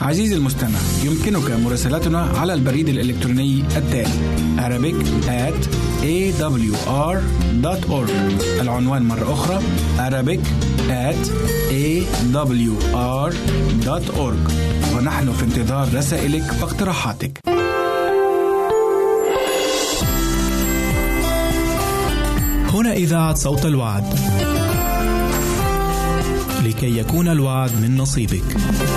عزيزي المستمع، يمكنك مراسلتنا على البريد الإلكتروني التالي arabic@awr.org. العنوان مرة أخرى arabic@awr.org، ونحن في انتظار رسائلك واقتراحاتك. هنا إذاعة صوت الوعد، لكي يكون الوعد من نصيبك.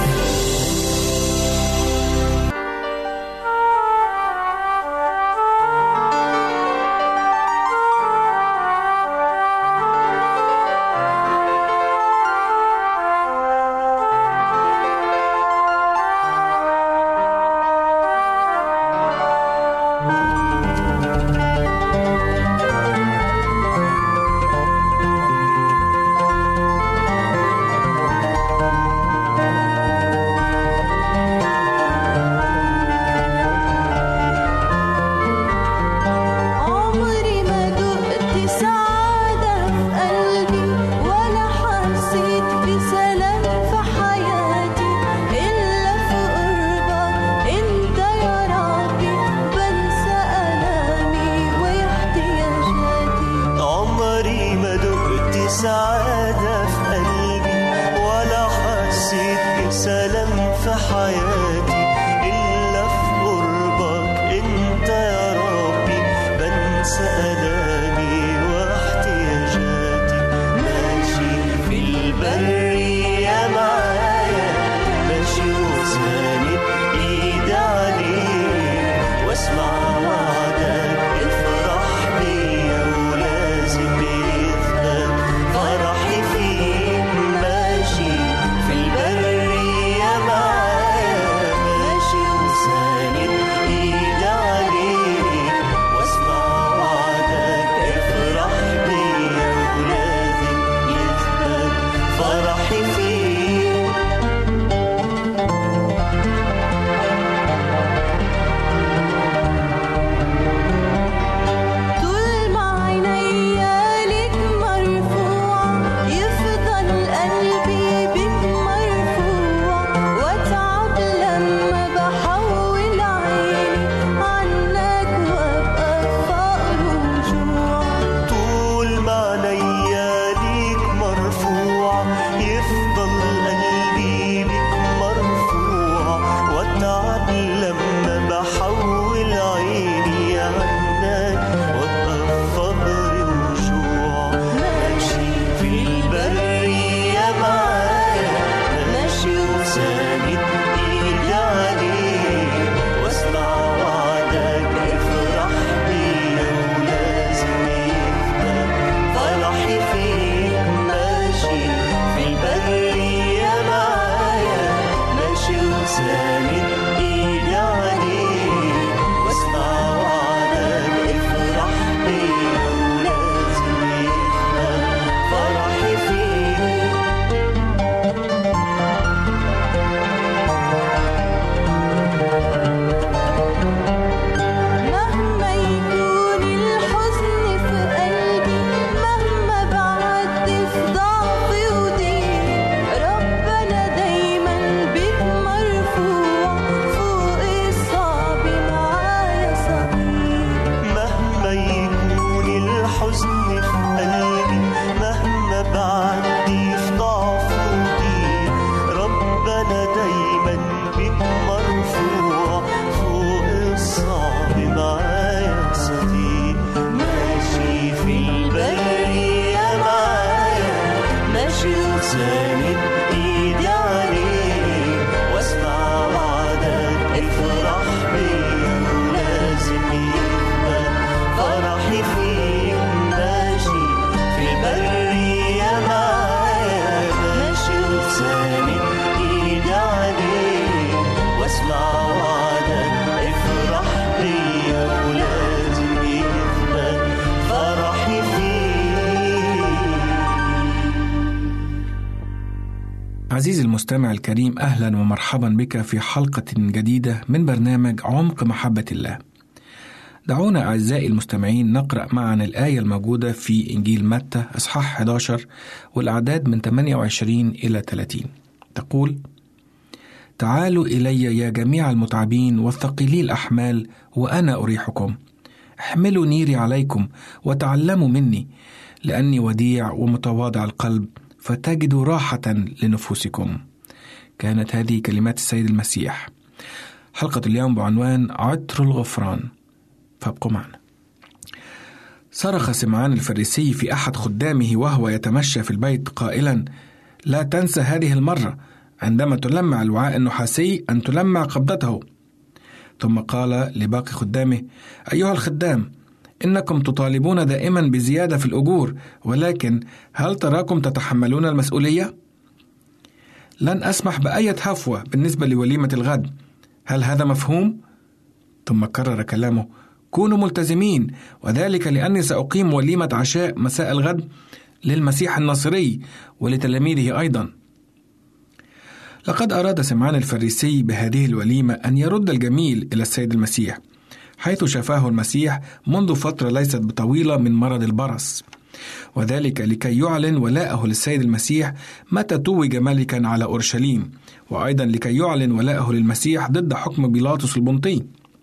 عزيزي المستمع الكريم، أهلا ومرحبا بك في حلقة جديدة من برنامج عمق محبة الله. دعونا أعزائي المستمعين نقرأ معا الآية الموجودة في إنجيل متى إصحاح 11 والأعداد من 28 إلى 30. تقول: تعالوا إلي يا جميع المتعبين والثقيلي الأحمال وأنا أريحكم. احملوا نيري عليكم وتعلموا مني، لأني وديع ومتواضع القلب، فتجدوا راحة لنفوسكم. كانت هذه كلمات السيد المسيح. حلقة اليوم بعنوان عطر الغفران، فابقوا معنا. صرخ سمعان الفريسي في أحد خدامه وهو يتمشى في البيت قائلا: لا تنسى هذه المرة عندما تلمع الوعاء النحاسي أن تلمع قبضته. ثم قال لباقي خدامه: أيها الخدام، إنكم تطالبون دائما بزيادة في الأجور، ولكن هل تراكم تتحملون المسؤولية؟ لن أسمح بأي هفوة بالنسبة لوليمة الغد، هل هذا مفهوم؟ ثم كرر كلامه: كونوا ملتزمين، وذلك لأني سأقيم وليمة عشاء مساء الغد للمسيح الناصري ولتلاميذه أيضا. لقد أراد سمعان الفريسي بهذه الوليمة أن يرد الجميل إلى السيد المسيح، حيث شفاه المسيح منذ فترة ليست بطويلة من مرض البرص، وذلك لكي يعلن ولاءه للسيد المسيح متى توج ملكا على أورشليم، وأيضا لكي يعلن ولاءه للمسيح ضد حكم بيلاطس البنطي،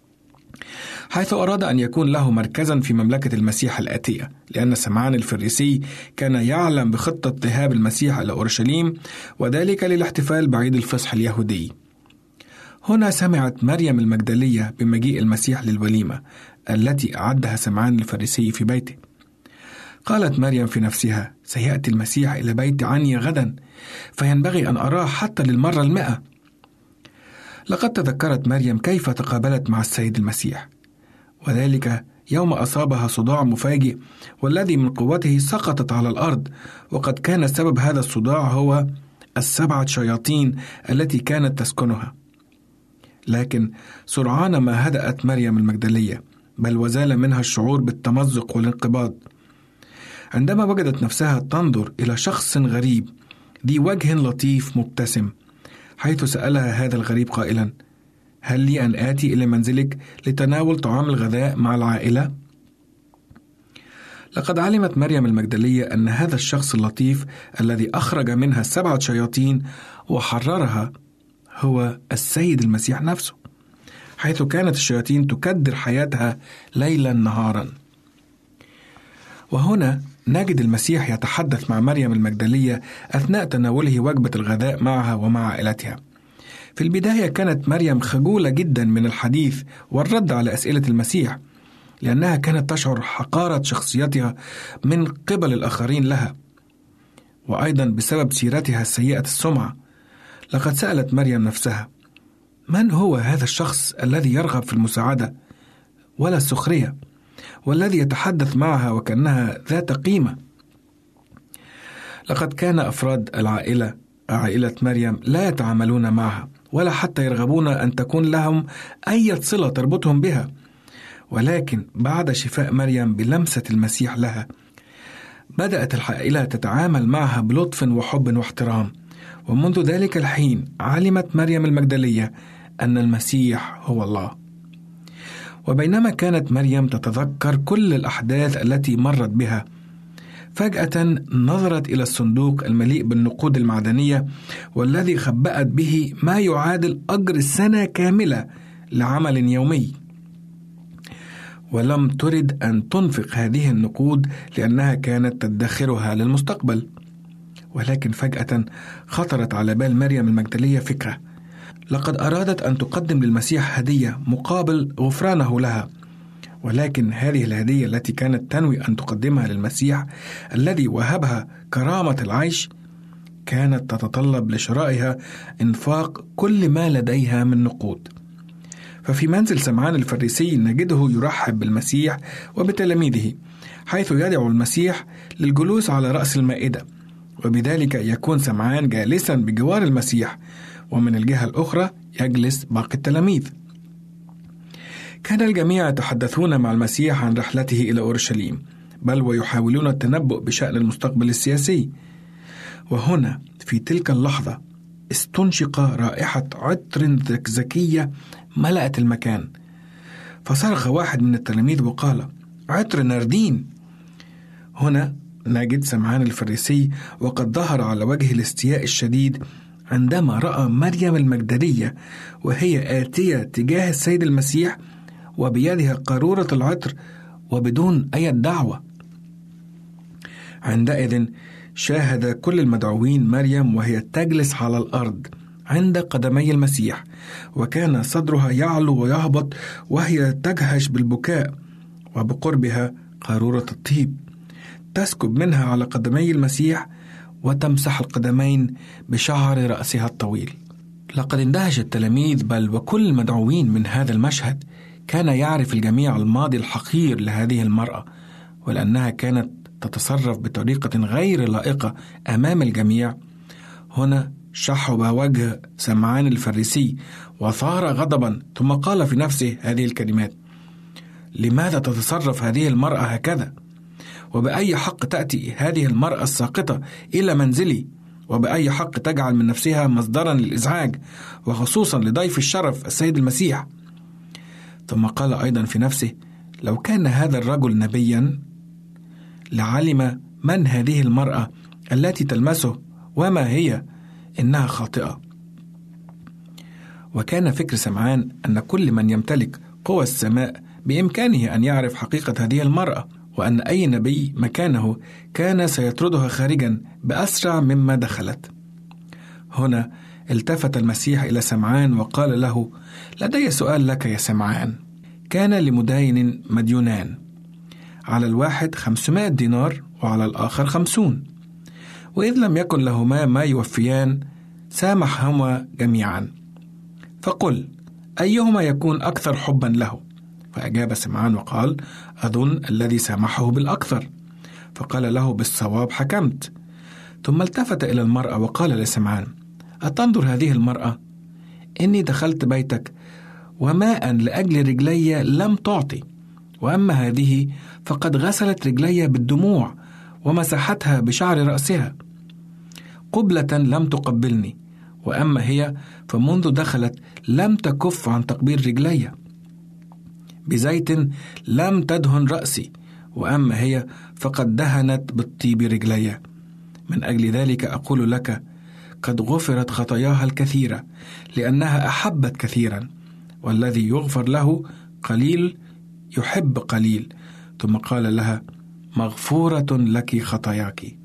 حيث أراد أن يكون له مركزا في مملكة المسيح الآتية، لأن سمعان الفريسي كان يعلم بخطة ذهاب المسيح إلى أورشليم، وذلك للاحتفال بعيد الفصح اليهودي. هنا سمعت مريم المجدلية بمجيء المسيح للوليمة التي أعدها سمعان الفريسي في بيته. قالت مريم في نفسها: سيأتي المسيح إلى بيت عني غدا، فينبغي أن أراه حتى للمرة 100. لقد تذكرت مريم كيف تقابلت مع السيد المسيح، وذلك يوم أصابها صداع مفاجئ والذي من قوته سقطت على الأرض، وقد كان سبب هذا الصداع هو 7 شياطين التي كانت تسكنها. لكن سرعان ما هدأت مريم المجدلية، بل وزال منها الشعور بالتمزق والانقباض عندما وجدت نفسها تنظر إلى شخص غريب ذي وجه لطيف مبتسم، حيث سألها هذا الغريب قائلا: هل لي أن آتي إلى منزلك لتناول طعام الغداء مع العائلة؟ لقد علمت مريم المجدلية أن هذا الشخص اللطيف الذي أخرج منها 7 شياطين وحررها هو السيد المسيح نفسه، حيث كانت الشياطين تكدر حياتها ليلا نهارا. وهنا نجد المسيح يتحدث مع مريم المجدلية أثناء تناوله وجبة الغداء معها ومع عائلتها. في البداية كانت مريم خجولة جدا من الحديث والرد على أسئلة المسيح، لأنها كانت تشعر حقارة شخصيتها من قبل الآخرين لها، وأيضا بسبب سيرتها السيئة السمعة. لقد سألت مريم نفسها: من هو هذا الشخص الذي يرغب في المساعدة ولا السخرية، والذي يتحدث معها وكأنها ذات قيمة؟ لقد كان أفراد عائلة مريم لا يتعاملون معها ولا حتى يرغبون أن تكون لهم أي صلة تربطهم بها، ولكن بعد شفاء مريم بلمسة المسيح لها بدأت العائلة تتعامل معها بلطف وحب واحترام. ومنذ ذلك الحين علمت مريم المجدلية أن المسيح هو الله. وبينما كانت مريم تتذكر كل الأحداث التي مرت بها، فجأة نظرت إلى الصندوق المليء بالنقود المعدنية والذي خبأت به ما يعادل أجر سنة كاملة لعمل يومي، ولم ترد أن تنفق هذه النقود لأنها كانت تدخرها للمستقبل. ولكن فجأة خطرت على بال مريم المجدلية فكرة: لقد أرادت أن تقدم للمسيح هدية مقابل غفرانه لها، ولكن هذه الهدية التي كانت تنوي أن تقدمها للمسيح الذي وهبها كرامة العيش كانت تتطلب لشرائها إنفاق كل ما لديها من نقود. ففي منزل سمعان الفريسي نجده يرحب بالمسيح وبتلاميذه، حيث يدعو المسيح للجلوس على رأس المائدة، وبذلك يكون سمعان جالسا بجوار المسيح، ومن الجهة الأخرى يجلس باقي التلاميذ. كان الجميع يتحدثون مع المسيح عن رحلته إلى أورشليم، بل ويحاولون التنبؤ بشأن المستقبل السياسي. وهنا في تلك اللحظة استنشق رائحة عطر زكية ملأت المكان، فصرخ واحد من التلاميذ وقال: عطر ناردين. هنا نجد سمعان الفريسي وقد ظهر على وجه الاستياء الشديد عندما رأى مريم المجدلية وهي آتية تجاه السيد المسيح وبيدها قارورة العطر وبدون أي دعوة. عندئذ شاهد كل المدعوين مريم وهي تجلس على الأرض عند قدمي المسيح، وكان صدرها يعلو ويهبط وهي تجهش بالبكاء، وبقربها قارورة الطيب تسكب منها على قدمي المسيح وتمسح القدمين بشعر رأسها الطويل. لقد اندهش التلاميذ بل وكل المدعوين من هذا المشهد. كان يعرف الجميع الماضي الحقير لهذه المرأة، ولأنها كانت تتصرف بطريقة غير لائقة أمام الجميع. هنا شحب وجه سمعان الفريسي وثار غضبا، ثم قال في نفسه هذه الكلمات: لماذا تتصرف هذه المرأة هكذا؟ وبأي حق تأتي هذه المرأة الساقطة إلى منزلي؟ وبأي حق تجعل من نفسها مصدرا للإزعاج، وخصوصا لضيف الشرف السيد المسيح؟ ثم قال أيضا في نفسه: لو كان هذا الرجل نبيا لعلم من هذه المرأة التي تلمسه وما هي، إنها خاطئة. وكان فكر سمعان أن كل من يمتلك قوى السماء بإمكانه أن يعرف حقيقة هذه المرأة، وأن أي نبي مكانه كان سيطردها خارجا بأسرع مما دخلت. هنا التفت المسيح إلى سمعان وقال له: لدي سؤال لك يا سمعان. كان لمداين مديونان، على الواحد 500 دينار وعلى الآخر 50، وإذ لم يكن لهما ما يوفيان سامحهما جميعا، فقل أيهما يكون أكثر حبا له؟ فأجاب سمعان وقال: أظن الذي سامحه بالأكثر. فقال له: بالصواب حكمت. ثم التفت إلى المرأة وقال لسمعان: أتنظر هذه المرأة؟ إني دخلت بيتك وماء لأجل رجلي لم تعطي، وأما هذه فقد غسلت رجلي بالدموع ومسحتها بشعر رأسها. قبلة لم تقبلني، وأما هي فمنذ دخلت لم تكف عن تقبيل رجلي. بزيت لم تدهن رأسي، وأما هي فقد دهنت بالطيب رجلي. من أجل ذلك أقول لك: قد غفرت خطاياها الكثيرة، لأنها أحبت كثيرا، والذي يغفر له قليل يحب قليل. ثم قال لها: مغفورة لك خطاياك.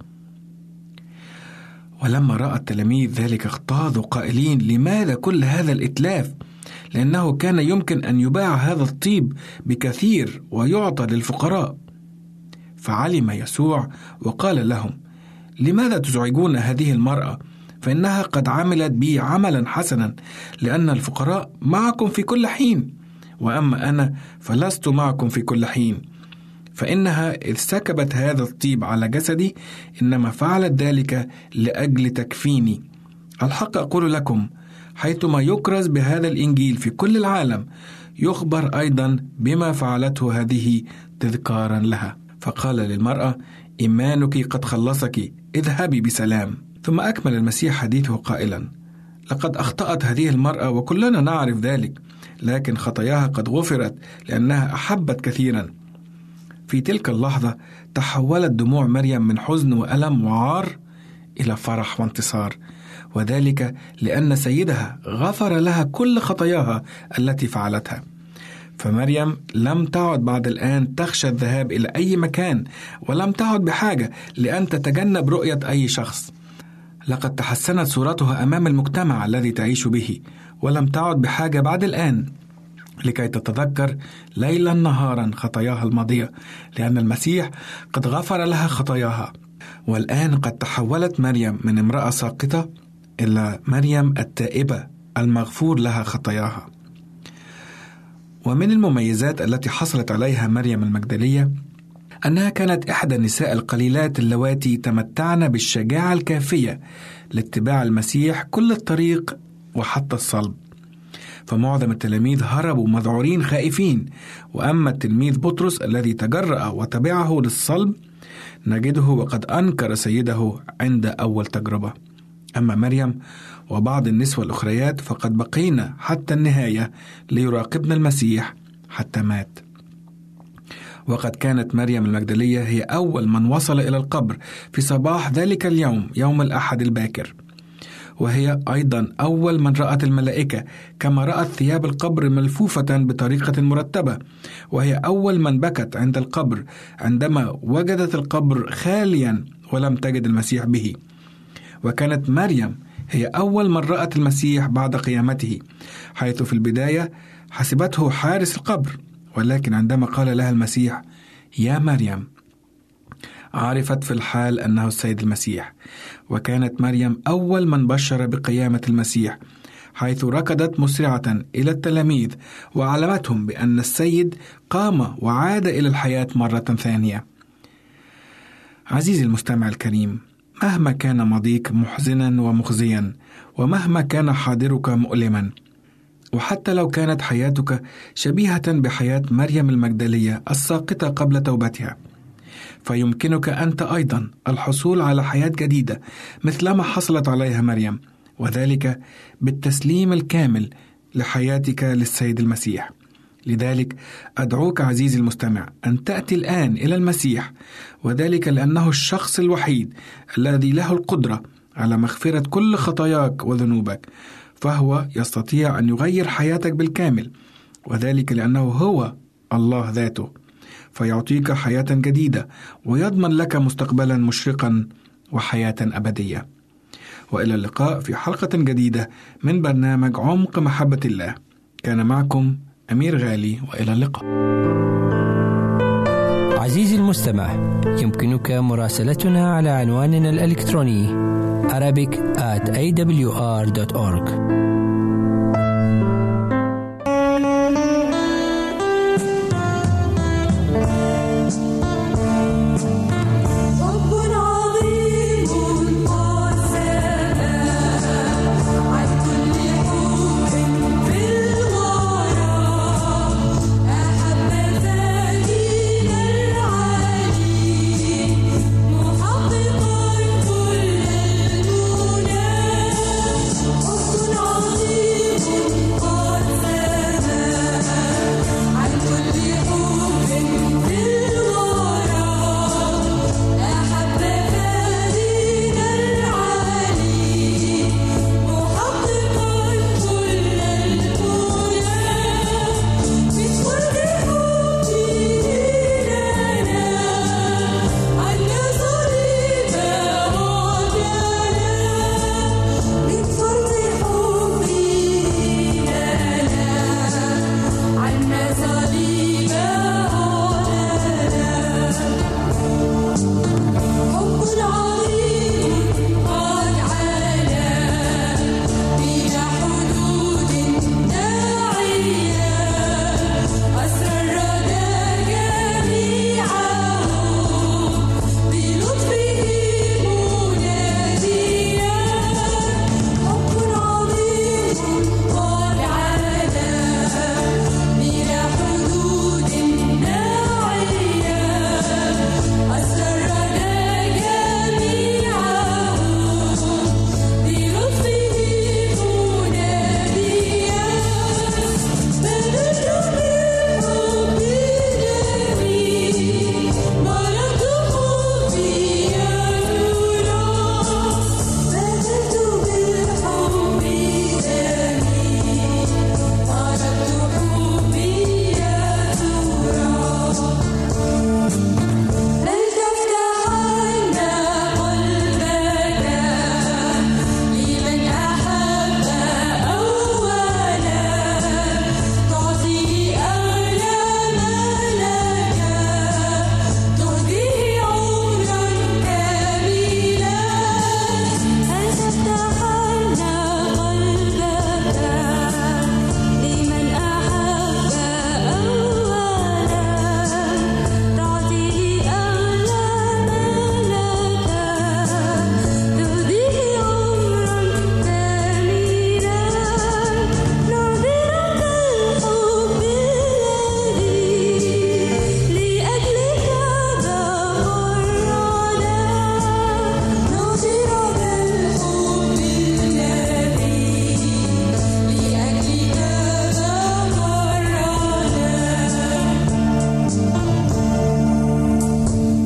ولما رأى التلاميذ ذلك اغتاظوا قائلين: لماذا كل هذا الإتلاف؟ لأنه كان يمكن أن يباع هذا الطيب بكثير ويعطى للفقراء. فعلم يسوع وقال لهم: لماذا تزعجون هذه المرأة؟ فإنها قد عملت بي عملا حسنا، لأن الفقراء معكم في كل حين، وأما أنا فلست معكم في كل حين. فإنها إذ سكبت هذا الطيب على جسدي إنما فعلت ذلك لأجل تكفيني. الحق أقول لكم: حيثما يكرز بهذا الإنجيل في كل العالم يخبر أيضا بما فعلته هذه تذكارا لها. فقال للمرأة: إيمانك قد خلصك، اذهبي بسلام. ثم أكمل المسيح حديثه قائلا: لقد أخطأت هذه المرأة وكلنا نعرف ذلك، لكن خطاياها قد غفرت لأنها أحبت كثيرا. في تلك اللحظة تحولت دموع مريم من حزن وألم وعار إلى فرح وانتصار، وذلك لأن سيدها غفر لها كل خطاياها التي فعلتها. فمريم لم تعد بعد الآن تخشى الذهاب إلى أي مكان، ولم تعد بحاجة لأن تتجنب رؤية أي شخص. لقد تحسنت صورتها أمام المجتمع الذي تعيش به، ولم تعد بحاجة بعد الآن لكي تتذكر ليلا نهارا خطاياها الماضية، لأن المسيح قد غفر لها خطاياها. والآن قد تحولت مريم من امرأة ساقطة إلى مريم التائبة المغفور لها خطاياها. ومن المميزات التي حصلت عليها مريم المجدلية أنها كانت إحدى النساء القليلات اللواتي تمتعن بالشجاعة الكافية لاتباع المسيح كل الطريق وحتى الصلب. فمعظم التلاميذ هربوا مذعورين خائفين، وأما التلميذ بطرس الذي تجرأ وتبعه للصلب نجده وقد أنكر سيده عند أول تجربة. أما مريم وبعض النسوة الأخريات فقد بقينا حتى النهاية ليراقبن المسيح حتى مات. وقد كانت مريم المجدلية هي أول من وصل إلى القبر في صباح ذلك اليوم، يوم الأحد الباكر. وهي أيضا أول من رأت الملائكة، كما رأت ثياب القبر ملفوفة بطريقة مرتبة، وهي أول من بكت عند القبر عندما وجدت القبر خاليا ولم تجد المسيح به. وكانت مريم هي أول من رأت المسيح بعد قيامته، حيث في البداية حسبته حارس القبر، ولكن عندما قال لها المسيح يا مريم عرفت في الحال أنه السيد المسيح. وكانت مريم أول من بشر بقيامة المسيح، حيث ركضت مسرعة إلى التلاميذ وعلمتهم بأن السيد قام وعاد إلى الحياة مرة ثانية. عزيزي المستمع الكريم، مهما كان ماضيك محزنا ومخزيا، ومهما كان حاضرك مؤلما، وحتى لو كانت حياتك شبيهة بحياة مريم المجدلية الساقطة قبل توبتها، فيمكنك أنت أيضا الحصول على حياة جديدة مثلما حصلت عليها مريم، وذلك بالتسليم الكامل لحياتك للسيد المسيح. لذلك أدعوك عزيزي المستمع أن تأتي الآن إلى المسيح، وذلك لأنه الشخص الوحيد الذي له القدرة على مغفرة كل خطاياك وذنوبك، فهو يستطيع أن يغير حياتك بالكامل، وذلك لأنه هو الله ذاته، فيعطيك حياة جديدة ويضمن لك مستقبلا مشرقا وحياة أبدية. وإلى اللقاء في حلقة جديدة من برنامج عمق محبة الله. كان معكم أمير غالي، وإلى اللقاء. عزيزي المستمع، يمكنك مراسلتنا على عنواننا الإلكتروني arabic@awr.org.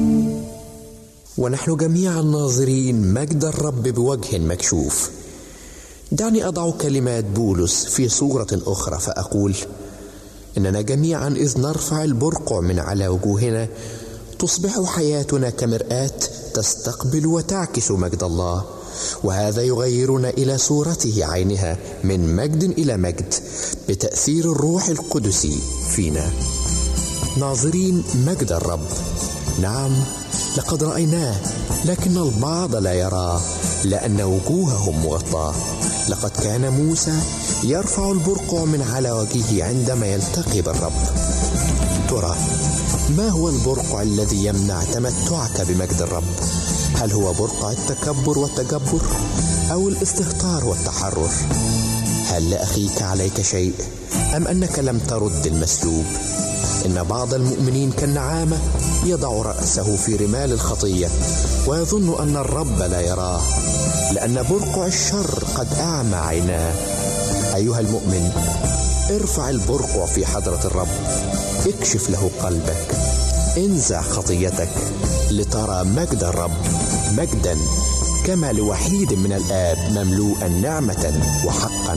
ونحن جميعا ناظرين مجد الرب بوجه مكشوف، دعني أضع كلمات بولس في صورة أخرى فأقول إننا جميعا إذ نرفع البرقع من على وجوهنا تصبح حياتنا كمرآة تستقبل وتعكس مجد الله، وهذا يغيرنا إلى صورته عينها من مجد إلى مجد بتأثير الروح القدس فينا، ناظرين مجد الرب. نعم، لقد رأيناه لكن البعض لا يراه لأن وجوههم مغطاة. لقد كان موسى يرفع البرقع من على وجهه عندما يلتقي بالرب. ترى ما هو البرقع الذي يمنع تمتعك بمجد الرب؟ هل هو برقع التكبر والتجبر أو الاستهتار والتحرر؟ هل لأخيك عليك شيء أم أنك لم ترد المسلوب؟ إن بعض المؤمنين كالنعامة يضع رأسه في رمال الخطية ويظن أن الرب لا يراه لأن برقع الشر قد أعمى عيناه. أيها المؤمن، ارفع البرقع في حضرة الرب، اكشف له قلبك، انزع خطيتك لترى مجد الرب، مجدا كما لوحيد من الآب مملوءا نعمة وحقا.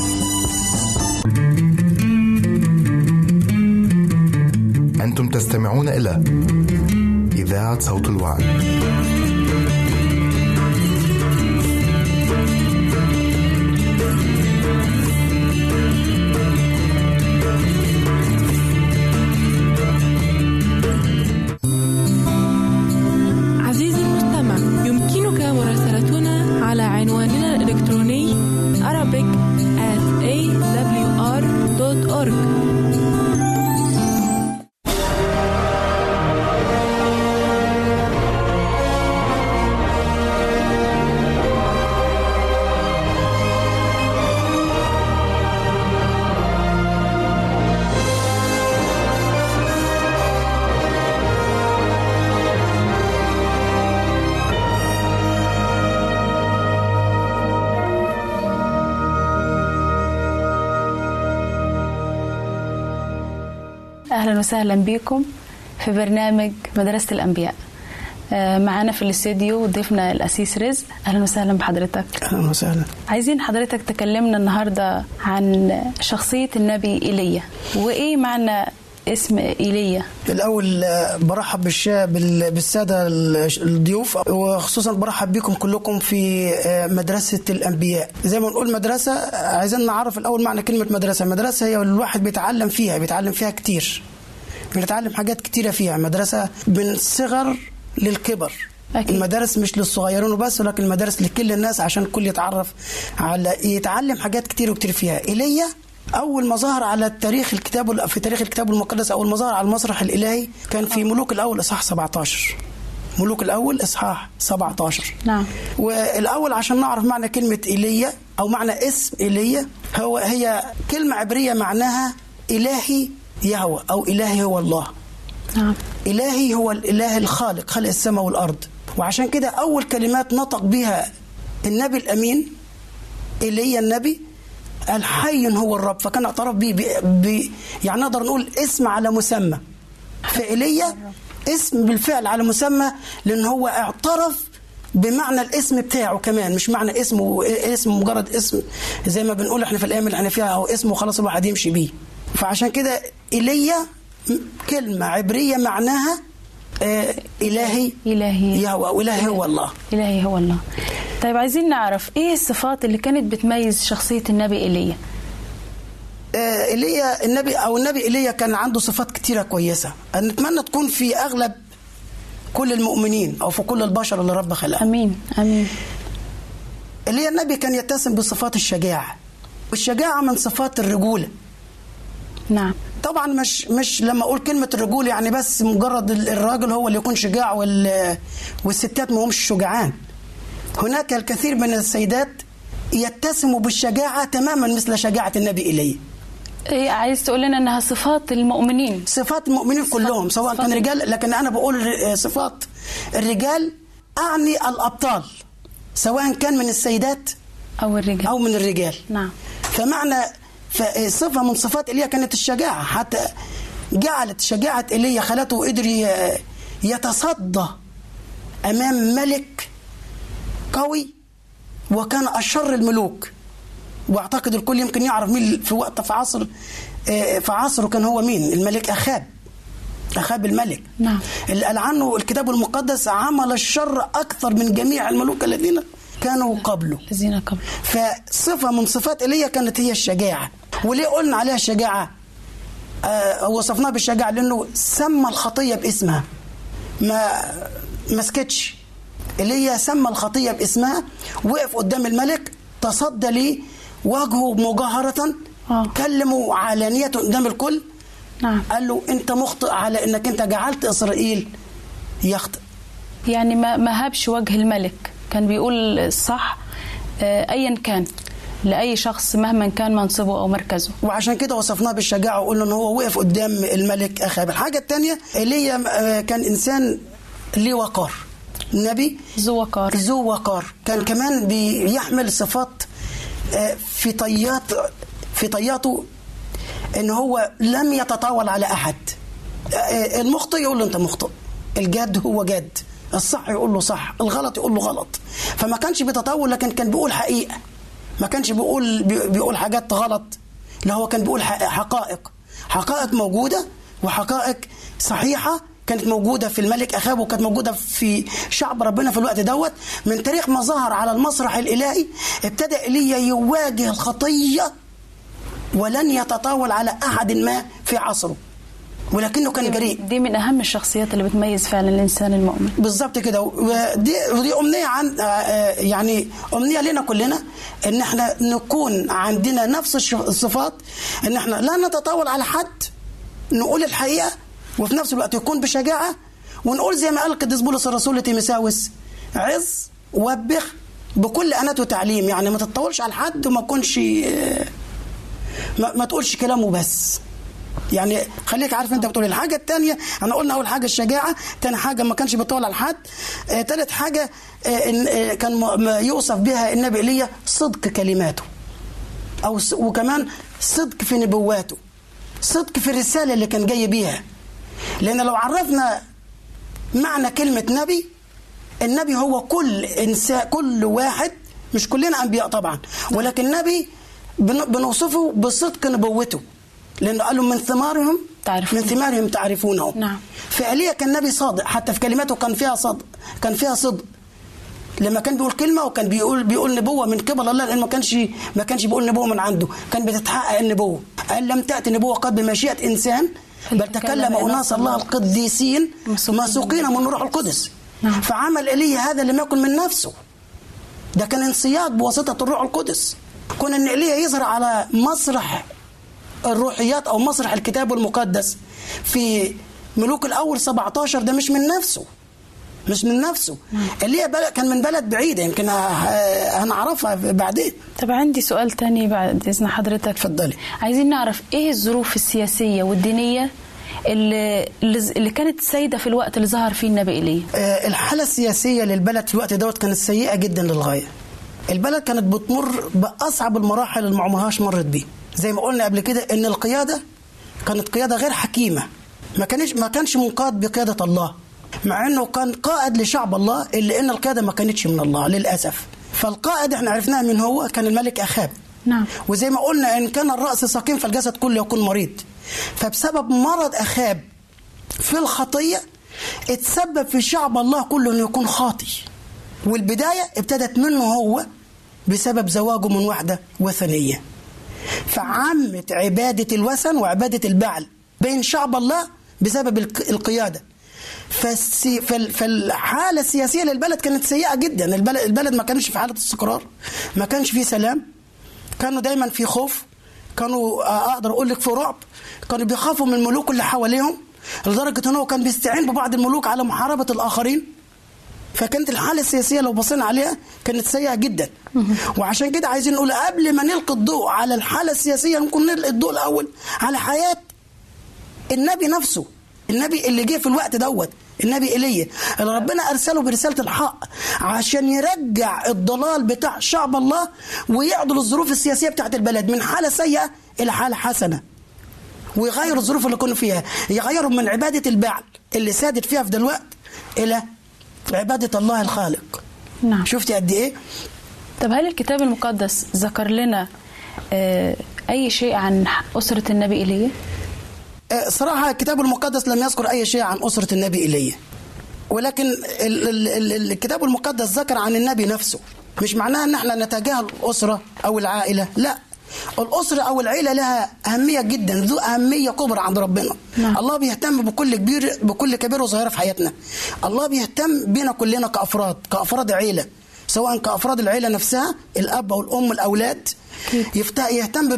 أنتم تستمعون إلى إذاعة صوت الوعد. عزيزي المستمع، يمكنك مراسلتنا على عنواننا الإلكتروني arabic@awr.org. أهلا وسهلا بكم في برنامج مدرسة الأنبياء. معنا في الاستوديو ضيفنا الأسيس رزق. أهلا وسهلا بحضرتك. أهلا وسهلا. عايزين حضرتك تكلمنا النهاردة عن شخصية النبي إيليا، وإيه معنى اسم إيليا؟ الأول برحب بالسادة الضيوف، وخصوصا برحب بكم كلكم في مدرسة الأنبياء. زي ما نقول مدرسة، عايزين نعرف الأول معنى كلمة مدرسة. مدرسة هي الواحد بيتعلم فيها كتير، بنتعلم حاجات كتيرة فيها. مدرسة من الصغر للكبر. أكيد. المدارس مش للصغيرين وبس، ولكن المدارس لكل الناس عشان الكل يتعرف على يتعلم حاجات كتير وكتير فيها. إيليا أول ما ظهر على في تاريخ الكتاب المقدس، أول ما ظهر على المسرح الإلهي كان في ملوك الأول إصحاح 17. ملوك الأول إصحاح 17. نعم. والأول عشان نعرف معنى كلمة إيليا أو معنى اسم إيليا، هي كلمة عبرية معناها إلهي يهوه أو إلهي هو الله. نعم. إلهي هو الإله الخالق، خلق السماء والأرض. وعشان كده أول كلمات نطق بها النبي الأمين إيليا النبي الحي هو الرب، فكان اعترف به يعني نقدر نقول اسم على مسمى. فإيليا اسم بالفعل على مسمى، لأن هو اعترف بمعنى الاسم بتاعه كمان، مش معنى اسم مجرد اسم زي ما بنقول احنا في الأيام اللي احنا فيها، أو اسمه خلاص الواحد يمشي بيه. فعشان كده إيليا كلمة عبرية معناها إلهي يهوه أو إلهي هو الله. إلهي هو الله. طيب عايزين نعرف ايه الصفات اللي كانت بتميز شخصية النبي إيليا؟ إيليا النبي إيليا كان عنده صفات كتيرة كويسة، نتمنى تكون في أغلب كل المؤمنين أو في كل البشر اللي رب خلقه. أمين أمين. إيليا النبي كان يتسم بصفات الشجاعة، والشجاعة من صفات الرجولة. نعم. طبعا مش لما أقول كلمة الرجولة يعني بس مجرد الراجل هو اللي يكون شجاع والستات ما همش شجعان. هناك الكثير من السيدات يتسموا بالشجاعة تماما مثل شجاعة النبي إيليا. إيه عايز تقول لنا أنها صفات المؤمنين؟ صفات المؤمنين كلهم سواء كان رجال، لكن أنا بقول صفات الرجال أعني الأبطال، سواء كان من السيدات أو من الرجال. نعم. فمعنى صفة من صفات إيليا كانت الشجاعة، حتى جعلت شجاعة إيليا خلته قدر يتصدى أمام ملك قوي وكان أشر الملوك، واعتقد الكل يمكن يعرف مين في وقت في عصره كان هو مين؟ الملك أخاب الملك. نعم. اللي قال عنه الكتاب المقدس عمل الشر أكثر من جميع الملوك الذين كانوا قبله. فصفة من صفات إيليا كانت هي الشجاعة. وليه قلنا عليها الشجاعة؟ وصفناها بالشجاعة لأنه سمى الخطية باسمها، ما سكتش. إيليا سمى الخطية باسمها، وقف قدام الملك، تصدى ليه وجهه مجاهرة، كلمه علانية قدام الكل. نعم. قال له أنت مخطئ على أنك أنت جعلت إسرائيل يخطئ. يعني ما هابش وجه الملك، كان بيقول الصح أيا كان لأي شخص مهما كان منصبه أو مركزه. وعشان كده وصفناه بالشجاعة وقلنا أنه هو وقف قدام الملك أخاب. الحاجة الثانية إيليا كان إنسان ليه وقار، نبي ذو وقار. كان كمان بيحمل صفات في طياته ان هو لم يتطاول على احد. المخطئ يقول له انت مخطئ، الجاد هو جاد، الصح يقول له صح، الغلط يقول له غلط. فما كانش بيتطاول، لكن كان بيقول حقيقة، ما كانش بيقول حاجات غلط، لا هو كان بيقول حقائق موجودة، وحقائق صحيحة كانت موجودة في الملك أخاب، وكانت موجودة في شعب ربنا في الوقت دوت. من تاريخ ما ظهر على المسرح الإلهي ابتدأ إيليا يواجه الخطية ولن يتطاول على أحد ما في عصره، ولكنه كان جريء. دي من أهم الشخصيات اللي بتميز فعلا الإنسان المؤمن. بالضبط كده. ودي أمنية يعني أمنية لنا كلنا، إن احنا نكون عندنا نفس الصفات، إن احنا لا نتطاول على حد، نقول الحقيقة، وفي نفس الوقت يكون بشجاعة، ونقول زي ما قال القديس بولس الرسول لتيموثاوس: عظ وبخ بكل أنات وتعليم. يعني ما تتطولش على حد، وما تكونش ما تقولش كلامه بس، يعني خليك عارف انت بتقول. الحاجة الثانية احنا قلنا اول حاجة الشجاعة، ثاني حاجة ما كانش بيطول على حد، ثالث حاجة كان يوصف بها النبي إيليا صدق كلماته، وكمان صدق في نبواته، صدق في الرسالة اللي كان جاي بيها. لأن لو عرفنا معنى كلمة نبي، النبي هو كل إنسان، كل واحد، مش كلنا أنبياء طبعا، ولكن نبي بنوصفه بصدق نبوته، لأنه قالوا من ثمارهم تعرفونه. نعم. فإيليا كان نبي صادق، حتى في كلماته كان فيها صدق. لما كان بيقول كلمة وكان بيقول نبوة من قبل الله، لأنه ما كانش بيقول نبوة من عنده، كان بتتحقق النبوة. قال: لم تأتي نبوة قد بمشيئة إنسان، بل تكلم أناس الله القديسين مسوقين من روح القدس. نعم. فعمل إيليا هذا لم يكن من نفسه، ده كان انصياد بواسطة الروح القدس. كون ان إيليا يظهر على مسرح الروحيات او مسرح الكتاب المقدس في ملوك الاول 17، ده مش من نفسه. إيليا كان من بلد بعيده، يمكن هنعرفها بعدين. طب عندي سؤال تاني بعد اذن حضرتك. اتفضلي. عايزين نعرف ايه الظروف السياسيه والدينيه اللي كانت سيدة في الوقت اللي ظهر فيه النبي إيليا. الحالة السياسية للبلد في الوقت دوت كانت سيئة جدا للغاية. البلد كانت بتمر بأصعب المراحل اللي ما عمرهاش مرت بيه. زي ما قلنا قبل كده ان القيادة كانت قيادة غير حكيمة، ما كانش منقاد بقيادة الله، مع انه كان قائد لشعب الله، الا ان القيادة ما كانتش من الله للأسف. فالقائد احنا عرفناه من هو كان الملك أخاب. نعم. وزي ما قلنا ان كان الرأس سقيم فالجسد كله يكون مريض. فبسبب مرض أخاب في الخطية اتسبب في شعب الله كله انه يكون خاطي. والبداية ابتدت منه هو بسبب زواجه من واحدة وثنية، فعمت عبادة الوثن وعبادة البعل بين شعب الله بسبب القيادة. فالحالة السياسية للبلد كانت سيئة جدا. البلد ما كانش في حالة استقرار، ما كانش في سلام، كانوا دايما في خوف، كانوا أقدر أقول لك في رعب، كانوا بيخافوا من الملوك اللي حواليهم، لدرجة أنه كان بيستعين ببعض الملوك على محاربة الآخرين. فكانت الحالة السياسية لو بصينا عليها كانت سيئة جدا. وعشان كده عايزين نقول قبل ما نلقي الضوء على الحالة السياسية ممكن نلقي الضوء الأول على حياة النبي نفسه، النبي اللي جه في الوقت دوت، النبي إيليا اللي ربنا أرسله برسالة الحق عشان يرجع الضلال بتاع شعب الله ويعدل الظروف السياسية بتاعت البلد من حالة سيئة إلى حالة حسنة، ويغير الظروف اللي كانوا فيها، يغيرهم من عبادة البعل اللي سادت فيها في دلوقت إلى عبادة الله الخالق. نعم. شفتي قد إيه؟ طب هل الكتاب المقدس ذكر لنا أي شيء عن أسرة النبي إيليا؟ صراحة الكتاب المقدس لم يذكر أي شيء عن أسرة النبي إيليا، ولكن الكتاب المقدس ذكر عن النبي نفسه. مش معناها ان احنا نتجاهل الأسرة أو العائلة، لا، الأسرة أو العائلة لها أهمية جدا، ذو أهمية كبرى عند ربنا. نعم. الله بيهتم بكل كبير وصغير في حياتنا. الله بيهتم بينا كلنا كأفراد عائلة، سواء كأفراد العائلة نفسها، الأب والأم الأولاد، يهتم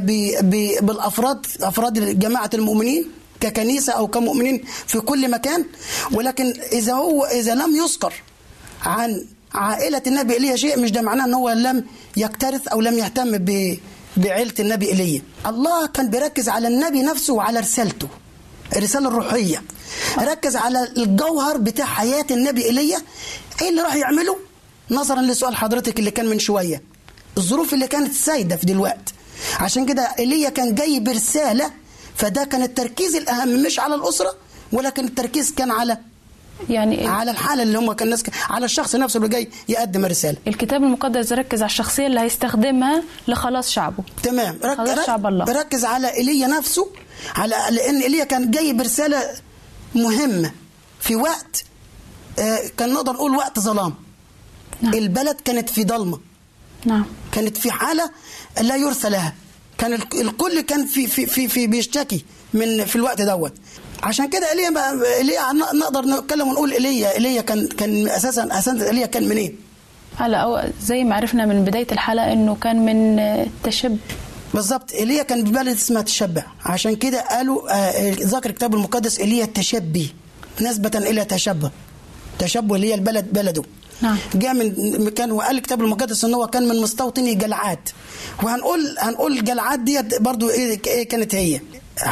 أفراد جماعة المؤمنين ككنيسة أو كمؤمنين في كل مكان. ولكن إذا لم يذكر عن عائلة النبي إيليا شيء، مش ده معناه أنه هو لم يكترث أو لم يهتم بعائلة النبي إيليا. الله كان بيركز على النبي نفسه وعلى رسالته، الرسالة الروحية. ركز على الجوهر بتاع حياة النبي إيليا، إيه اللي راح يعمله نظرا لسؤال حضرتك اللي كان من شوية، الظروف اللي كانت سايدة في دلوقتي. عشان كده إيليا كان جاي برسالة، فده كان التركيز الأهم مش على الأسرة، ولكن التركيز كان على على الحالة اللي هم كان الناس، على الشخص نفسه اللي جاي يقدم الرسالة. الكتاب المقدس ركز على الشخصية اللي هيستخدمها لخلاص شعبه. تمام. خلاص شعب الله. ركز على إيليا نفسه، لأن إيليا كان جاي برسالة مهمة في وقت كان نقدر نقول وقت ظلام. نعم. البلد كانت في ضلمة. نعم. كانت في حالة لا يرثى لها، كان الكل كان في بيشتكي في الوقت دوت. عشان كده إيليا نقدر نتكلم ونقول إيليا كان اساسا إيليا كان منين؟ هلا زي ما عرفنا من بداية الحلقة انه كان من تشب. بالظبط، إيليا كان ببلد اسمها تشبع. عشان كده قالوا ذكر الكتاب المقدس إيليا التشبي نسبة إلى تشبه اللي هي البلد بلده. نعم. جاء من مكان، وقال الكتاب المقدس ان هو كان من مستوطني جلعاد. وهنقول جلعاد ديت برضو ايه كانت هي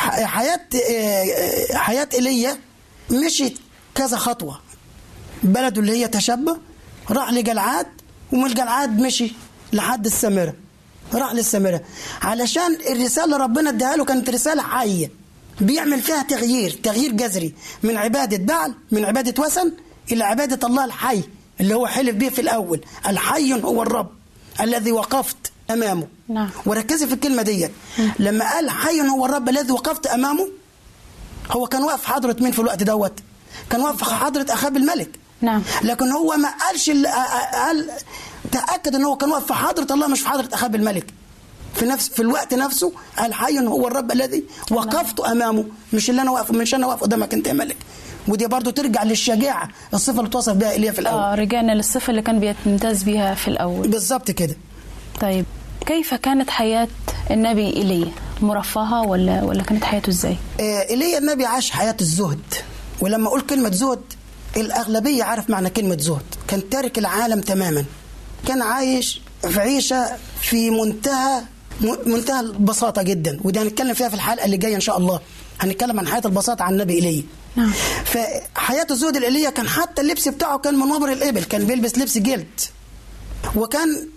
حياة إيليا مشيت كذا خطوة. بلده اللي هي تشبه راح لجلعاد، ومن الجلعاد مشي لحد السامرة، راح للسامرة علشان الرسالة ربنا اداها له كانت رسالة حية بيعمل فيها تغيير جذري من عبادة بعل، من عبادة وثن، إلى عبادة الله الحي اللي هو حلف به في الأول، الحي هو الرب الذي وقفت أمامه. نعم. وركزي في الكلمة دي. لما قال حي هو الرب الذي وقفت أمامه، هو كان واقف حضرة مين في الوقت دوت؟ كان واقف حضرة أخاب الملك. نعم. لكن هو ما قالش، قال تأكد أنه كان واقف في حضرة الله مش في حضرة أخاب الملك. في الوقت نفسه قال حي هو الرب الذي وقفت أمامه، مش أنا واقف قدامك أنت يا ملك. ودي برضو ترجع للشجاعة، الصفة اللي توصف بها إيليا في الأول. رجعنا للصفة اللي كان بيمتاز بها في الأول. بالظبط كده. طيب كيف كانت حياة النبي إيليا؟ مرفهة ولا كانت حياته إزاي؟ إيليا النبي عاش حياة الزهد. ولما أقول كلمة زهد، الأغلبية عارف معنى كلمة زهد. كان تارك العالم تماما، كان عايش في عيشة في منتهى البساطة جدا. ودي هنتكلم فيها في الحلقة اللي جاية إن شاء الله، هنتكلم عن حياة البساطة عن النبي إيليا. نعم. فحياة الزهد الإيليا كان حتى اللبس بتاعه كان من وبر الإبل، كان بيلبس لبس جلد، وكان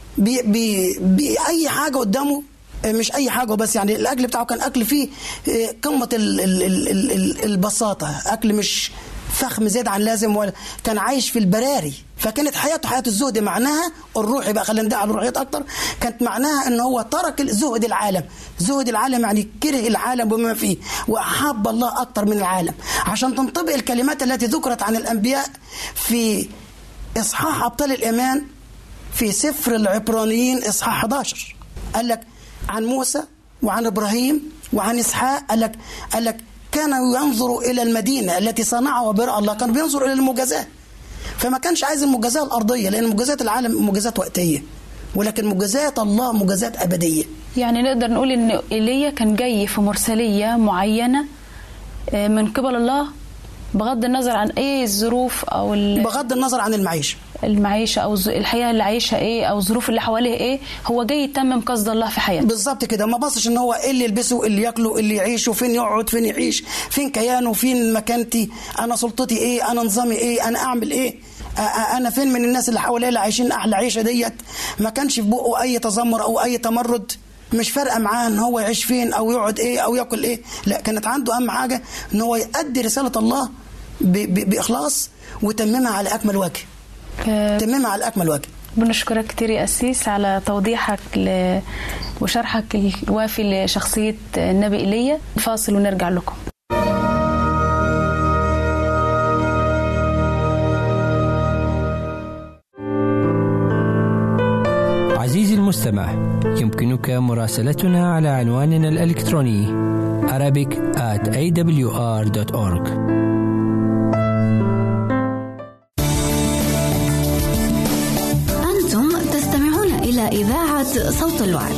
أي حاجة قدامه، مش أي حاجة بس، يعني الأكل بتاعه كان أكل فيه قمة البساطة، أكل مش فخم زيادة عن لازم، ولا كان عايش في البراري. فكانت حياته حياة الزهد، معناها الروحي بقى، خلينا ندعي على الروحيات أكتر. كانت معناها أنه هو ترك زهد العالم. زهد العالم يعني كره العالم وما فيه، وأحب الله أكتر من العالم. عشان تنطبق الكلمات التي ذكرت عن الأنبياء في إصحاح أبطال الإيمان في سفر العبرانيين إصحاح 11، قال لك عن موسى وعن إبراهيم وعن إسحاق، قال لك كانوا ينظروا إلى المدينة التي صنعها وبرأ الله، كانوا بينظروا إلى المجازات. فما كانش عايز المجازات الأرضية، لأن مجازات العالم مجازات وقتية، ولكن مجازات الله مجازات أبدية. يعني نقدر نقول إن إيليا كان جاي في مرسلية معينة من قبل الله، بغض النظر عن ايه الظروف او بغض النظر عن المعيشه او الحياه اللي عايشها ايه او الظروف اللي حواليه ايه، هو جاي يتمم قصد الله في حياته. بالظبط كده. ما بصش ان هو ايه اللي يلبسه، اللي ياكله، اللي يعيشه، فين يقعد، فين يعيش، فين كيانه، فين مكانتي، انا سلطتي ايه، انا نظامي ايه، انا اعمل ايه، انا فين من الناس اللي حواليا اللي عايشين احلى عيشه ديت. ما كانش في بقه اي تذمر او اي تمرد، مش فارقه معاه ان هو يعيش فين او يقعد ايه او ياكل ايه. لا، كانت عنده اهم حاجه ان هو يؤدي رساله الله باخلاص وتممها على اكمل وجه. تممها على اكمل وجه. بنشكرك كتير يا أسيس على توضيحك وشرحك الوافي لشخصية النبي إيليا. فاصل ونرجع لكم. عزيزي المستمع، يمكنك مراسلتنا على عنواننا الإلكتروني arabic@awr.org. أنتم تستمعون إلى إذاعة صوت الوعد.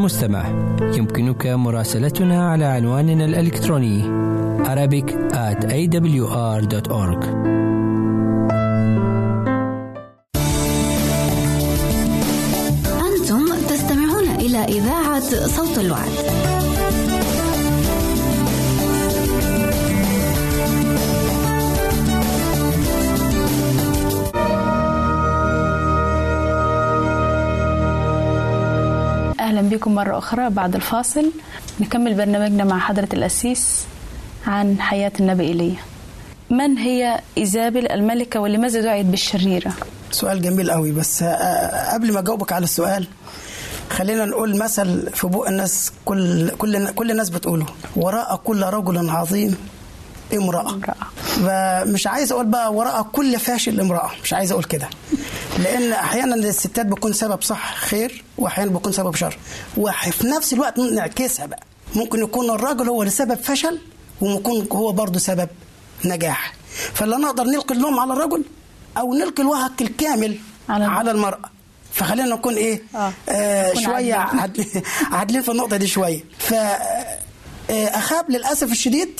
المستمع، يمكنك مراسلتنا على عنواننا الإلكتروني arabic@awr.org. أنتم تستمعون إلى إذاعة صوت الوعد. أهلا بكم مرة أخرى بعد الفاصل. نكمل برنامجنا مع حضرة القسيس عن حياة النبي إيليا. من هي إيزابل الملكة ولماذا دعيت بالشريرة؟ سؤال جميل قوي، بس قبل ما أجاوبك على السؤال خلينا نقول مثل في بوق الناس كل الناس بتقوله: وراء كل رجل عظيم امرأة. مش عايز أقول بقى وراء كل فاشل امرأة، مش عايز أقول كده، لأن أحيانا الستات بيكون سبب صح خير وأحيانا بيكون سبب شر، وفي نفس الوقت نعكسها بقى، ممكن يكون الراجل هو لسبب فشل وممكن هو برضو سبب نجاح. فلا نقدر نلقي اللوم على الرجل أو نلقي الوهك الكامل على المرأة. فخلينا نكون شوية عادلين في النقطة دي شوية. فأخاب للأسف الشديد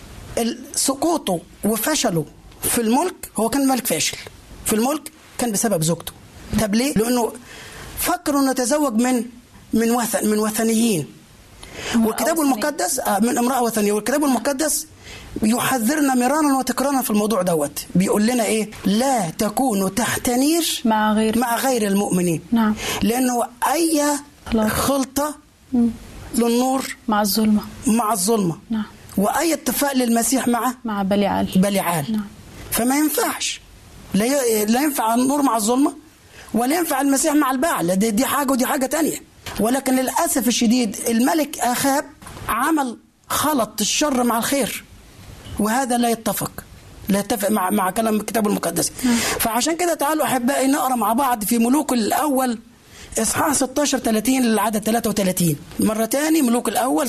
سقوطه وفشله في الملك، هو كان ملك فاشل في الملك، كان بسبب زوجته. طب ليه؟ لأنه فكروا أنه يتزوج من وثنيين، والكتاب المقدس من امرأة وثنية، والكتاب المقدس يحذرنا مرارا وتكرارا في الموضوع دوت. بيقول لنا ايه؟ لا تكونوا تحت نير مع غير المؤمنين. نعم. لأنه أي خلطة للنور مع الظلمة. نعم. وأي اتفاق للمسيح مع بليعال. نعم. فما ينفعش، لا ينفع النور مع الظلمة ولا ينفع المسيح مع البعل. دي حاجة ودي حاجة تانية. ولكن للأسف الشديد الملك أخاب عمل خلط الشر مع الخير، وهذا لا يتفق مع كلام الكتاب المقدس. فعشان كده تعالوا أحبائي نقرأ مع بعض في ملوك الأول إصحاح 16-30 للعدد 33 مرة تاني. ملوك الأول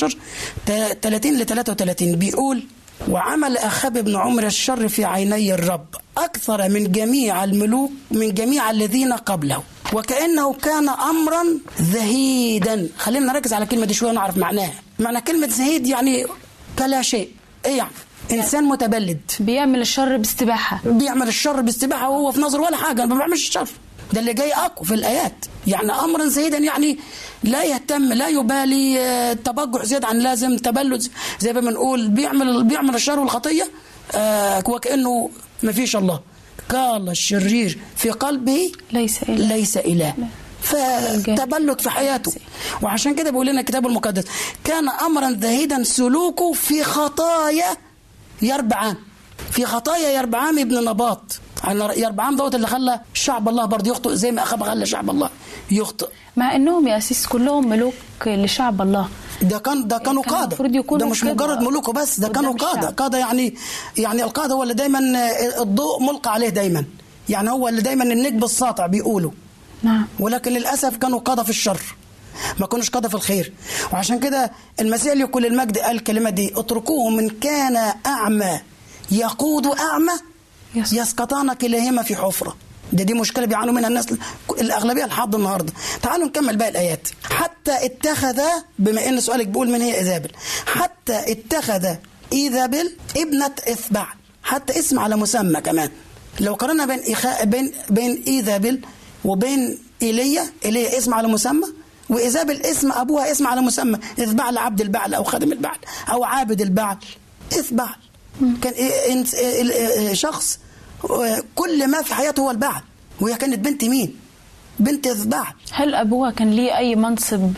16-30-33 بيقول: وعمل أخاب بن عمر الشر في عيني الرب أكثر من جميع الملوك من جميع الذين قبله، وكأنه كان أمرا زهيدا. خلينا نركز على كلمة دي شوية ونعرف معناها. معنى كلمة زهيد يعني كلا شيء. إيه يعني؟ إنسان متبلد بيعمل الشر باستباحة وهو في نظر ولا حاجة، ما بيعملش الشر. ده اللي جاي أقوى في الآيات. يعني أمرا زهيدا يعني لا يهتم، لا يبالي، تبجح زيادة عن لازم، تبلد زي ما بنقول، بيعمل الشر والخطية وكأنه ما فيش الله. قال الشرير في قلبه ليس إله. فتبلد في حياته. وعشان كده بيقول لنا الكتاب المقدس: كان أمرا زهيدا سلوكه في خطايا يربعام. ابن نباط. يربعام دوت اللي خلى شعب الله برضه يخطئ زي ما أخاب خلى شعب الله يخطئ، مع انهم يا أسيس كلهم ملوك لشعب الله. ده كانوا قادة. ده مش مجرد ملوكه بس، ده كانوا قادة يعني القادة هو اللي دايما الضوء ملقى عليه دايما، يعني هو اللي دايما النجم الساطع بيقولوا. نعم. ولكن للأسف كانوا قادة في الشر، ما كانوش قادة في الخير. وعشان كده المسيح لكل المجد قال الكلمة دي: اتركوه من كان أعمى يقود أعمى يسقطان كلاهما في حفرة. دي مشكلة بيعانوا منها الناس الأغلبية لحد النهاردة. تعالوا نكمل باقي الآيات. حتى اتخذ، بما إن سؤالك بيقول من هي إيزابل، حتى اتخذ إيزابل ابنة إثبعل، حتى اسم على مسمى كمان. لو قارنا بين إيزابل وبين إيليا اسم على مسمى، وإيزابل اسم أبوها اسم على مسمى. إثبعل عبد البعل أو خادم البعل أو عابد البعل. إثبعل كان شخص كل ما في حياته هو البعل، وهي كانت بنت مين؟ بنت إثبعل. هل أبوها كان ليه أي منصب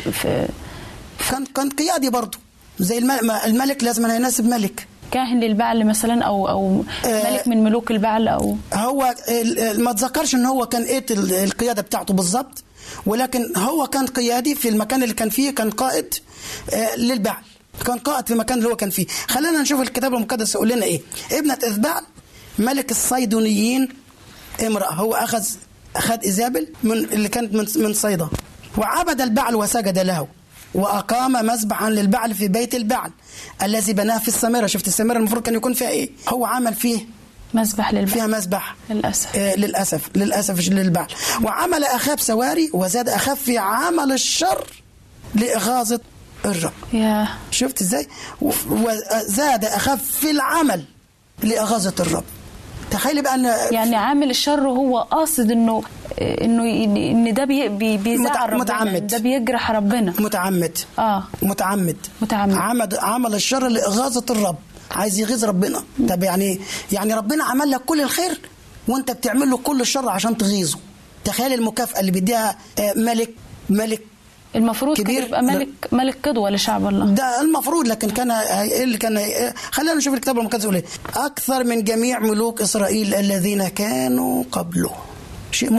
كان قيادي برضه زي الملك، لازم يناسب ملك، كاهن للبعل مثلا أو ملك من ملوك البعل. أو هو ما تذكرش ان هو كان ايه القيادة بتاعته بالضبط، ولكن هو كان قيادي في المكان اللي كان فيه، كان قائد للبعل، كان قائد في المكان اللي هو كان فيه. خلينا نشوف الكتاب المقدس يقول لنا ايه. ابنة إثبعل ملك الصيدونيين امرأة، هو أخذ إيزابل اللي كانت من صيدا، وعبد البعل وسجد له، وأقام مذبحا للبعل في بيت البعل الذي بناه في السامرة. شفت السامرة المفروض كان يكون فيها إيه؟ هو عمل فيه مسبح للبعل. فيها مسبح للأسف للبعل. وعمل أخاب سواري وزاد أخاب في عمل الشر لإغاظة الرب. شفت ازاي؟ وزاد أخاب في العمل لإغاظة الرب. تخيل بقى ان يعني عامل الشر هو قاصد انه ان ده بيزعل ربنا، متعمد، ده بيجرح ربنا، متعمد عمل الشر لإغاظة الرب، عايز يغيظ ربنا. طب يعني ربنا عمل لك كل الخير وانت بتعمل له كل الشر عشان تغيظه. تخيل المكافأة اللي بيديها ملك المفروض كبير، يبقى ملك قدوة لشعب الله. ده المفروض، لكن خلينا نشوف الكتاب المقدس يقول ايه. أكثر من جميع ملوك إسرائيل الذين كانوا قبله. شيء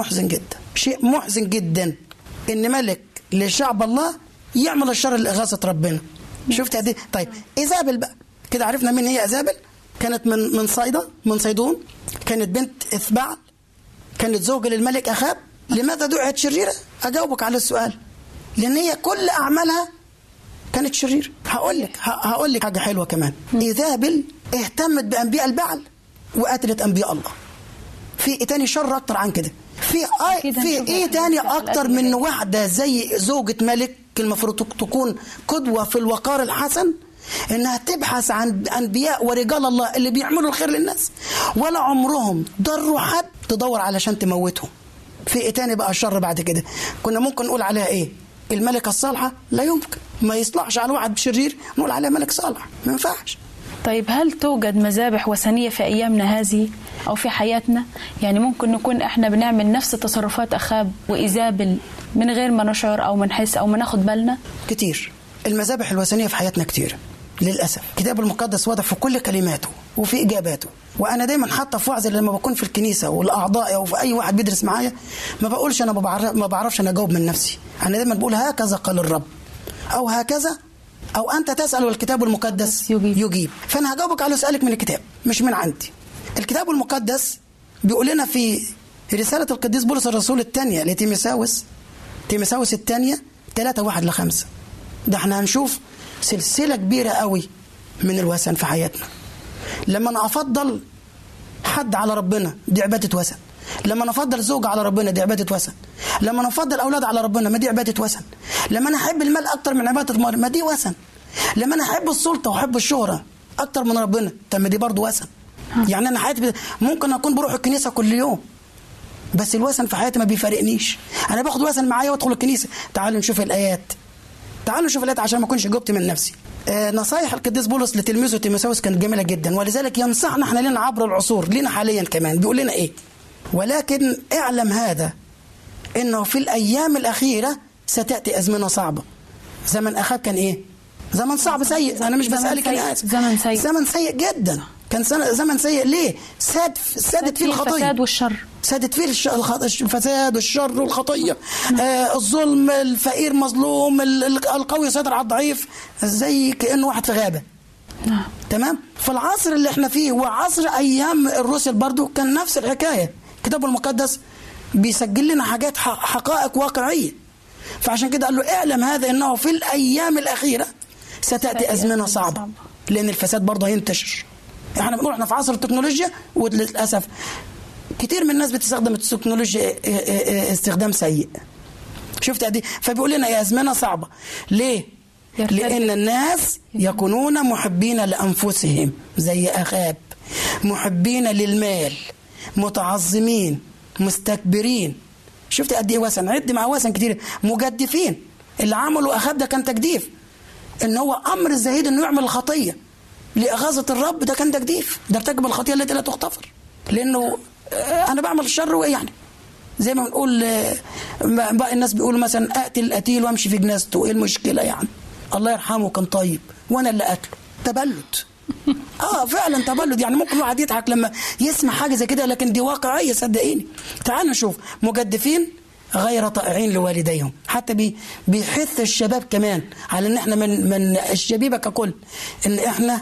محزن جدا إن ملك لشعب الله يعمل الشر لإغاظة ربنا. شفت دي؟ طيب إيزابل بقى كده عرفنا مين هي إيزابل. كانت من صيدون، كانت بنت إثبعل، كانت زوجة للملك أخاب. لماذا دعت شريرة؟ أجاوبك على السؤال. لأن هي كل أعمالها كانت شريرة. هقول لك حاجة حلوة كمان. إيزابل اهتمت بأنبياء البعل وقتلت أنبياء الله. في إيه تاني شر أكتر عن كده؟ في إيه تاني أكتر من واحدة زي زوجة ملك المفروض تكون قدوة في الوقار الحسن، إنها تبحث عن أنبياء ورجال الله اللي بيعملوا الخير للناس ولا عمرهم ضروا حد، تدور علشان تموتهم. في إيه تاني بقى الشر بعد كده؟ كنا ممكن نقول عليها إيه؟ الملكة الصالحة. لا يمكن، ما يصلحش على واحد شرير نقول عليها ملك صالح، ما ينفعش. طيب هل توجد مذابح وثنية في أيامنا هذه أو في حياتنا؟ يعني ممكن نكون إحنا بنعمل نفس تصرفات أخاب وإيزابل من غير ما نشعر أو منحس أو ما ناخد بالنا؟ كتير المذابح الوثنية في حياتنا كتير للأسف. الكتاب المقدس واضح في كل كلماته وفي إجاباته. وأنا دايما حتى في وعظ لما بكون في الكنيسة والأعضاء أو في أي واحد بيدرس معايا ما بقولش أنا ما بعرفش أنا أجاوب من نفسي. أنا دايما بقول هكذا قال الرب، أو هكذا، أو أنت تسأل والكتاب المقدس يجيب. فأنا هجاوبك على سؤالك من الكتاب مش من عندي. الكتاب المقدس بيقول لنا في رسالة القديس بولس الرسول الثانية لتيموثاوس الثانية 3:1-5. ده احنا هنشوف سلسلة كبيرة قوي من الوثن في حياتنا. لما أنا أفضل حد على ربنا دي عبادة وثن. لما نفضل زوج على ربنا دي عبادة وثن. لما نفضل أولاد على ربنا ما دي عبادة وثن. لما أنا أحب المال أكتر من عبادة المال ما دي وثن. لما أنا أحب السلطة وأحب الشهرة أكتر من ربنا طب ما دي برضو وثن. يعني أنا حياتي ممكن أكون بروح الكنيسة كل يوم بس الوثن في حياتي ما بيفارقنيش. أنا باخد وثن معايا وأدخل الكنيسة. تعالوا نشوف الآيات عشان ما أكونش جبت من نفسي. نصايح القديس بولس لتلميذه تيموثاوس كانت جميلة جدا، ولذلك ينصحنا احنا لنا عبر العصور، لنا حاليا كمان. بيقول لنا ايه؟ ولكن اعلم هذا انه في الايام الاخيرة ستأتي ازمنة صعبة. زمن اخاب كان ايه؟ زمن صعب سيء. انا مش بسألك، انا اسف. زمن سيء جدا. كان زمن سيء. ليه؟ سادت فيه الخطية، الفساد والشر. سادت فيه الفساد والشر والخطية. الظلم، الفقير مظلوم، القوي يسيطر على الضعيف زي كأنه واحد في غابة. تمام. في العصر اللي احنا فيه وعصر ايام الرسل برضو كان نفس الحكاية. الكتاب المقدس بيسجل لنا حاجات حقائق واقعية. فعشان كده قال له اعلم هذا انه في الايام الاخيرة ستأتي ازمنة صعبة، لان الفساد برضه هينتشر. احنا بنقول احنا في عصر التكنولوجيا، وللاسف كتير من الناس بتستخدم التكنولوجيا استخدام سيء. شفت دي؟ فبيقول لنا يا ازمنة صعبة. ليه؟ لان الناس يكونون محبين لانفسهم زي اخاب، محبين للمال، متعظمين، مستكبرين. شفت قد ايه وثن؟ عد مع وثن كتير. مجدفين. اللي عملوا اخاب ده كان تجديف، ان هو امر الزهيد انه يعمل الخطيه لاغاظه الرب. ده كان تجديف، ده ارتكب الخطيه التي لا تغتفر. لانه انا بعمل الشر وايه يعني؟ زي ما بنقول بقى الناس بيقولوا مثلا اقتل القتيل وامشي في جنازته، ايه المشكله يعني؟ الله يرحمه كان طيب وانا اللي قتله. تبلد. فعلا تبلد. يعني ممكن الواحد يضحك لما يسمع حاجه زي كده، لكن دي واقعيه صدقيني. تعالوا نشوف. مجدفين غير طائعين لوالديهم. حتى بيحث الشباب كمان على ان احنا من الشبيبه ككل ان احنا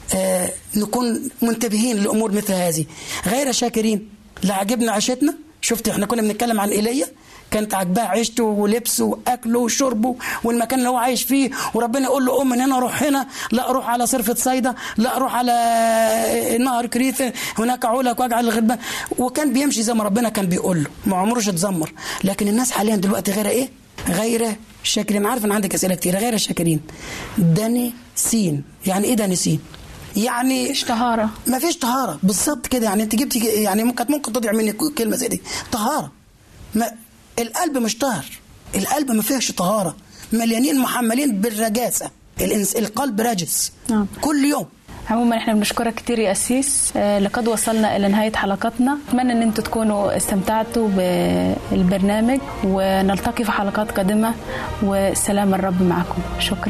نكون منتبهين لامور مثل هذه. غير شاكرين. لا عجبنا عيشتنا. شفت احنا كنا بنتكلم عن ايليا، كانت عاجباه عيشته ولبسه واكله وشربه والمكان اللي هو عايش فيه، وربنا يقول له قوم من هنا روح هنا، لا روح على صرفة صيدا، لا روح على نهر كريث هناك عولك واجعل الغربان، وكان بيمشي زي ما ربنا كان بيقول له، ما عمروش اتذمر. لكن الناس حاليا دلوقتي غير ايه؟ غير شاكرين. عارف ان عندك اسئله كتير. غير شاكرين دانسين. يعني ايه دانسين؟ يعني مش طهارة. ما فيش طهارة بالظبط كده. يعني انت جبت يعني ممكن تضيع مني كلمة زي دي. طهارة القلب مش طاهر، القلب ما فيهش طهارة، مليانين محملين بالرجاسة، القلب رجس كل يوم. عموما احنا بنشكرك كتير يا أسيس. لقد وصلنا إلى نهاية حلقتنا. أتمنى أن انتم تكونوا استمتعتوا بالبرنامج، ونلتقي في حلقات قادمة، وسلام الرب معكم. شكرا.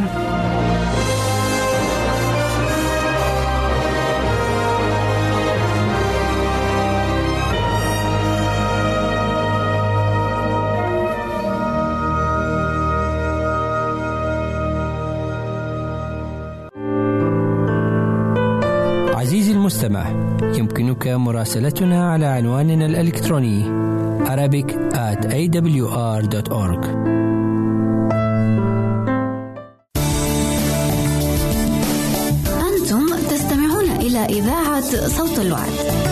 عزيزي المستمع، يمكنك مراسلتنا على عنواننا الإلكتروني arabic@awr.org. أنتم تستمعون إلى إذاعة صوت الوعد.